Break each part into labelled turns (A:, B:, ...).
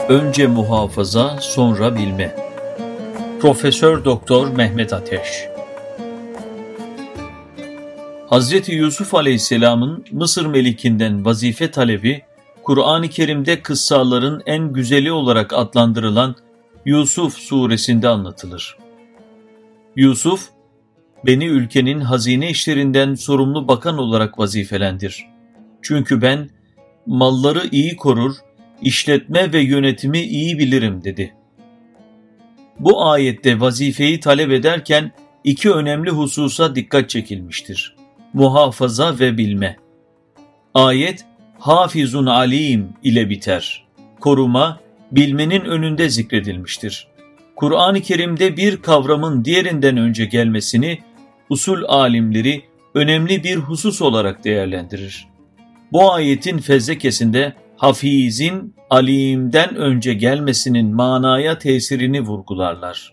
A: Önce muhafaza, sonra bilme. Profesör Doktor Mehmet Ateş. Hazreti Yusuf Aleyhisselam'ın Mısır Melikinden vazife talebi, Kur'an-ı Kerim'de kıssaların en güzeli olarak adlandırılan Yusuf suresinde anlatılır. Yusuf, beni ülkenin hazine işlerinden sorumlu bakan olarak vazifelendir. Çünkü ben malları iyi korur, işletme ve yönetimi iyi bilirim dedi. Bu ayette vazifeyi talep ederken iki önemli hususa dikkat çekilmiştir. Muhafaza ve bilme. Ayet, hafizun alim ile biter. Koruma, bilmenin önünde zikredilmiştir. Kur'an-ı Kerim'de bir kavramın diğerinden önce gelmesini usul alimleri önemli bir husus olarak değerlendirir. Bu ayetin fezlekesinde hafizin alimden önce gelmesinin manaya tesirini vurgularlar.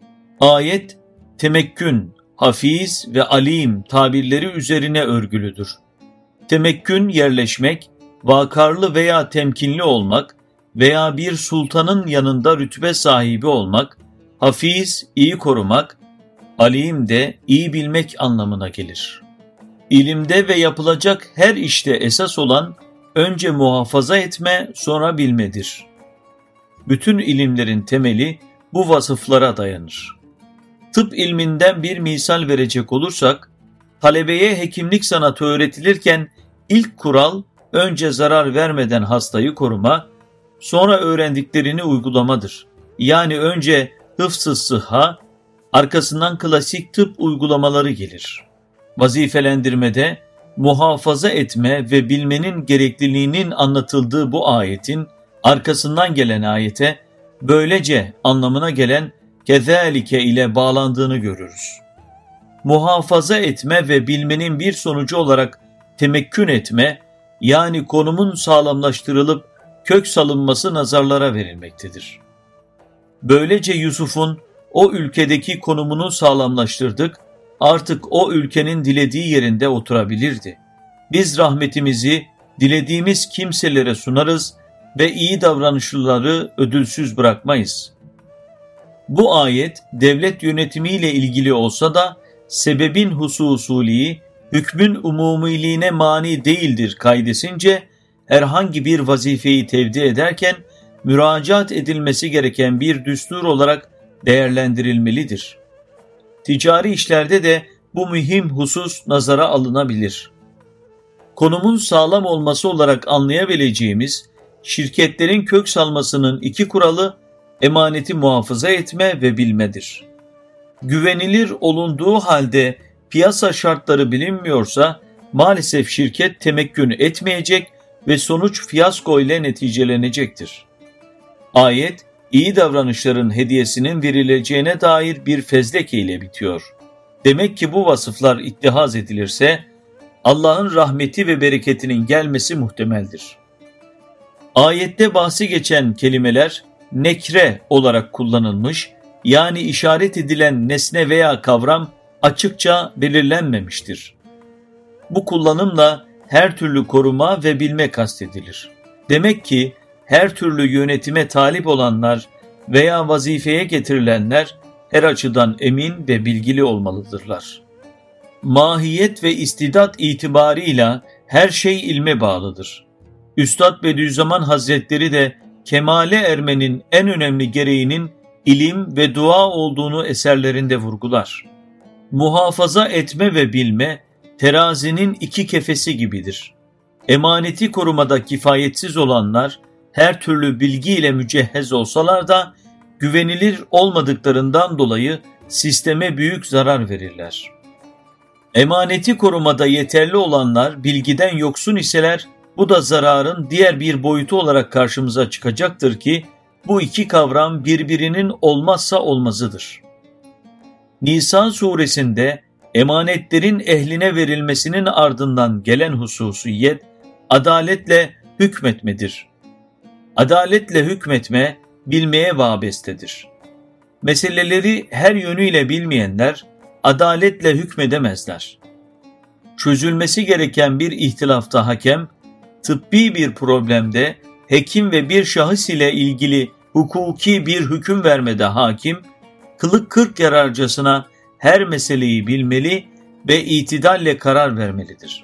A: Ayet, temekkün, hafiz ve alim tabirleri üzerine örgülüdür. Temekkün yerleşmek, vakarlı veya temkinli olmak veya bir sultanın yanında rütbe sahibi olmak, hafiz iyi korumak, alim de iyi bilmek anlamına gelir. İlimde ve yapılacak her işte esas olan önce muhafaza etme, sonra bilmedir. Bütün ilimlerin temeli bu vasıflara dayanır. Tıp ilminden bir misal verecek olursak, talebeye hekimlik sanatı öğretilirken ilk kural önce zarar vermeden hastayı koruma, sonra öğrendiklerini uygulamadır. Yani önce hıfz-ı sıhha, arkasından klasik tıp uygulamaları gelir. Vazifelendirmede muhafaza etme ve bilmenin gerekliliğinin anlatıldığı bu ayetin arkasından gelen ayete böylece anlamına gelen kezalike ile bağlandığını görürüz. Muhafaza etme ve bilmenin bir sonucu olarak temekkün etme, yani konumun sağlamlaştırılıp kök salınması nazarlara verilmektedir. Böylece Yusuf'un o ülkedeki konumunu sağlamlaştırdık, artık o ülkenin dilediği yerinde oturabilirdi. Biz rahmetimizi dilediğimiz kimselere sunarız ve iyi davranışları ödülsüz bırakmayız. Bu ayet devlet yönetimiyle ilgili olsa da sebebin hususiliği, hükmün umumiliğine mani değildir kaidesince herhangi bir vazifeyi tevdi ederken müracaat edilmesi gereken bir düstur olarak değerlendirilmelidir. Ticari işlerde de bu mühim husus nazara alınabilir. Konumun sağlam olması olarak anlayabileceğimiz şirketlerin kök salmasının iki kuralı emaneti muhafaza etme ve bilmedir. Güvenilir olunduğu halde piyasa şartları bilinmiyorsa maalesef şirket temekkün etmeyecek ve sonuç fiyasko ile neticelenecektir. Ayet, iyi davranışların hediyesinin verileceğine dair bir fezleke ile bitiyor. Demek ki bu vasıflar ittihaz edilirse Allah'ın rahmeti ve bereketinin gelmesi muhtemeldir. Ayette bahsi geçen kelimeler nekre olarak kullanılmış, yani işaret edilen nesne veya kavram açıkça belirlenmemiştir. Bu kullanımla her türlü koruma ve bilme kastedilir. Demek ki her türlü yönetime talip olanlar veya vazifeye getirilenler her açıdan emin ve bilgili olmalıdırlar. Mahiyet ve istidat itibarıyla her şey ilme bağlıdır. Üstad Bediüzzaman Hazretleri de kemale ermenin en önemli gereğinin ilim ve dua olduğunu eserlerinde vurgular. Muhafaza etme ve bilme terazinin iki kefesi gibidir. Emaneti korumada kifayetsiz olanlar her türlü bilgiyle mücehhez olsalar da güvenilir olmadıklarından dolayı sisteme büyük zarar verirler. Emaneti korumada yeterli olanlar bilgiden yoksun iseler bu da zararın diğer bir boyutu olarak karşımıza çıkacaktır ki bu iki kavram birbirinin olmazsa olmazıdır. Nisa suresinde emanetlerin ehline verilmesinin ardından gelen hususiyet adaletle hükmetmedir. Adaletle hükmetme bilmeye vabestedir. Meseleleri her yönüyle bilmeyenler adaletle hükmedemezler. Çözülmesi gereken bir ihtilafta hakem, tıbbi bir problemde hekim ve bir şahıs ile ilgili hukuki bir hüküm vermede hakim, kılık kırk yararcasına her meseleyi bilmeli ve itidalle karar vermelidir.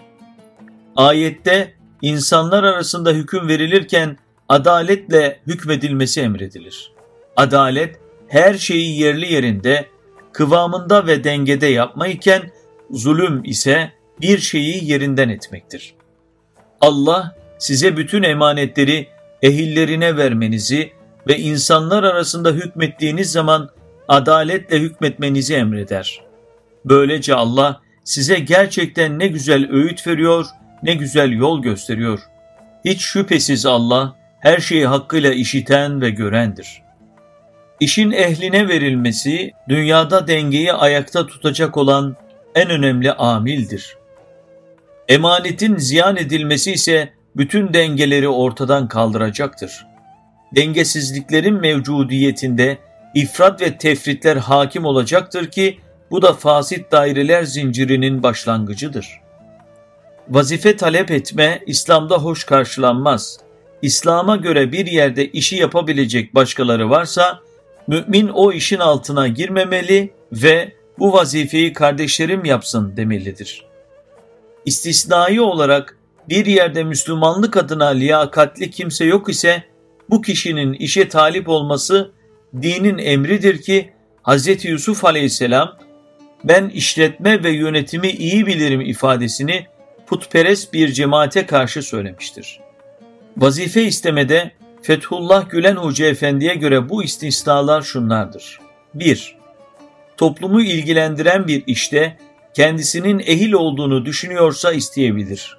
A: Ayette insanlar arasında hüküm verilirken adaletle hükmedilmesi emredilir. Adalet, her şeyi yerli yerinde, kıvamında ve dengede yapmayken, zulüm ise bir şeyi yerinden etmektir. Allah size bütün emanetleri ehillerine vermenizi ve insanlar arasında hükmettiğiniz zaman adaletle hükmetmenizi emreder. Böylece Allah size gerçekten ne güzel öğüt veriyor, ne güzel yol gösteriyor. Hiç şüphesiz Allah her şeyi hakkıyla işiten ve görendir. İşin ehline verilmesi, dünyada dengeyi ayakta tutacak olan en önemli amildir. Emanetin ziyan edilmesi ise bütün dengeleri ortadan kaldıracaktır. Dengesizliklerin mevcudiyetinde ifrat ve tefritler hakim olacaktır ki bu da fasit daireler zincirinin başlangıcıdır. Vazife talep etme İslam'da hoş karşılanmaz. İslam'a göre bir yerde işi yapabilecek başkaları varsa mümin o işin altına girmemeli ve bu vazifeyi kardeşlerim yapsın demelidir. İstisnai olarak bir yerde Müslümanlık adına liyakatli kimse yok ise bu kişinin işe talip olması dinin emridir ki Hz. Yusuf Aleyhisselam ben işletme ve yönetimi iyi bilirim ifadesini putperest bir cemaate karşı söylemiştir. Vazife istemede Fethullah Gülen Hoca Efendi'ye göre bu istisnalar şunlardır. 1. Toplumu ilgilendiren bir işte kendisinin ehil olduğunu düşünüyorsa isteyebilir.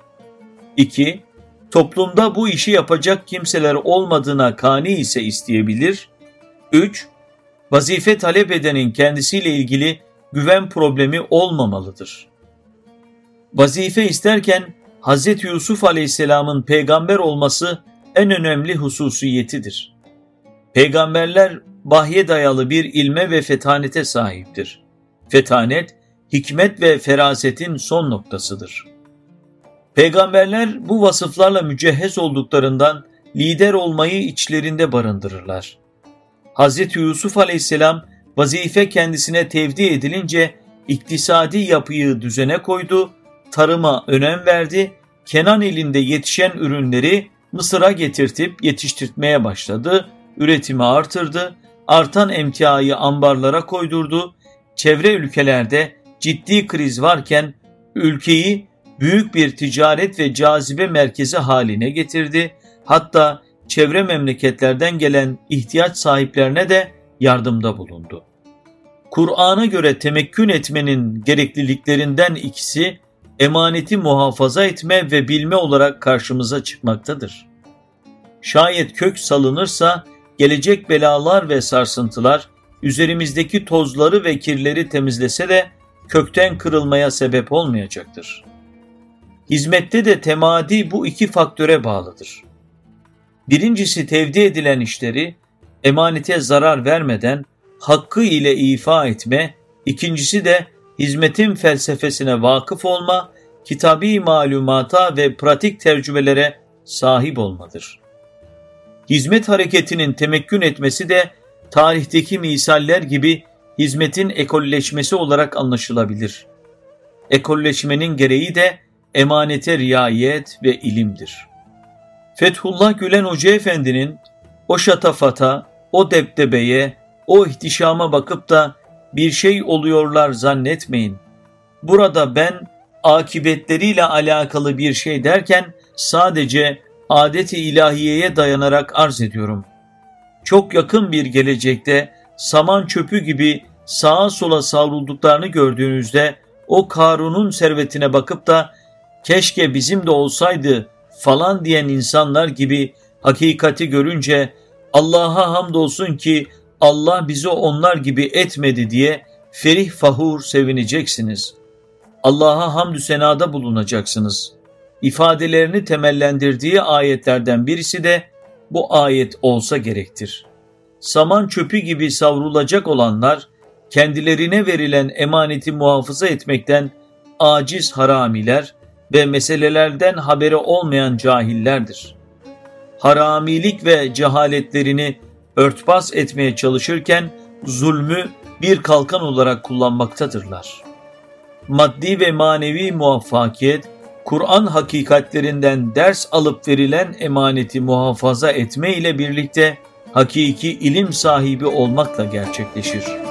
A: 2. Toplumda bu işi yapacak kimseler olmadığına kani ise isteyebilir. 3. Vazife talep edenin kendisiyle ilgili güven problemi olmamalıdır. Vazife isterken Hz. Yusuf Aleyhisselam'ın peygamber olması en önemli hususiyetidir. Peygamberler vahye dayalı bir ilme ve fetanete sahiptir. Fetanet, hikmet ve ferasetin son noktasıdır. Peygamberler bu vasıflarla mücehhez olduklarından lider olmayı içlerinde barındırırlar. Hz. Yusuf Aleyhisselam vazife kendisine tevdi edilince iktisadi yapıyı düzene koydu, tarıma önem verdi, Kenan ilinde yetişen ürünleri Mısır'a getirtip yetiştirmeye başladı, üretimi artırdı, artan emtiayı ambarlara koydurdu, çevre ülkelerde ciddi kriz varken ülkeyi büyük bir ticaret ve cazibe merkezi haline getirdi, hatta çevre memleketlerden gelen ihtiyaç sahiplerine de yardımda bulundu. Kur'an'a göre temekkün etmenin gerekliliklerinden ikisi, emaneti muhafaza etme ve bilme olarak karşımıza çıkmaktadır. Şayet kök salınırsa, gelecek belalar ve sarsıntılar, üzerimizdeki tozları ve kirleri temizlese de kökten kırılmaya sebep olmayacaktır. Hizmette de temadi bu iki faktöre bağlıdır. Birincisi tevdi edilen işleri emanete zarar vermeden hakkı ile ifa etme, ikincisi de hizmetin felsefesine vakıf olma, kitabi malumata ve pratik tecrübelere sahip olmadır. Hizmet hareketinin temekkün etmesi de tarihteki misaller gibi hizmetin ekolleşmesi olarak anlaşılabilir. Ekolleşmenin gereği de emanete riayet ve ilimdir. Fethullah Gülen Hoca Efendi'nin o şatafata, o debdebeye, o ihtişama bakıp da bir şey oluyorlar zannetmeyin. Burada ben akibetleriyle alakalı bir şey derken sadece adet-i ilahiyeye dayanarak arz ediyorum. Çok yakın bir gelecekte saman çöpü gibi sağa sola savrulduklarını gördüğünüzde o Karun'un servetine bakıp da keşke bizim de olsaydı falan diyen insanlar gibi hakikati görünce Allah'a hamdolsun ki Allah bizi onlar gibi etmedi diye ferih fahur sevineceksiniz. Allah'a hamdü senada bulunacaksınız. İfadelerini temellendirdiği ayetlerden birisi de bu ayet olsa gerektir. Saman çöpü gibi savrulacak olanlar kendilerine verilen emaneti muhafaza etmekten aciz haramiler ve meselelerden haberi olmayan cahillerdir. haramilik ve cehaletlerini örtbas etmeye çalışırken zulmü bir kalkan olarak kullanmaktadırlar. Maddi ve manevi muvaffakiyet, Kur'an hakikatlerinden ders alıp verilen emaneti muhafaza etme ile birlikte hakiki ilim sahibi olmakla gerçekleşir.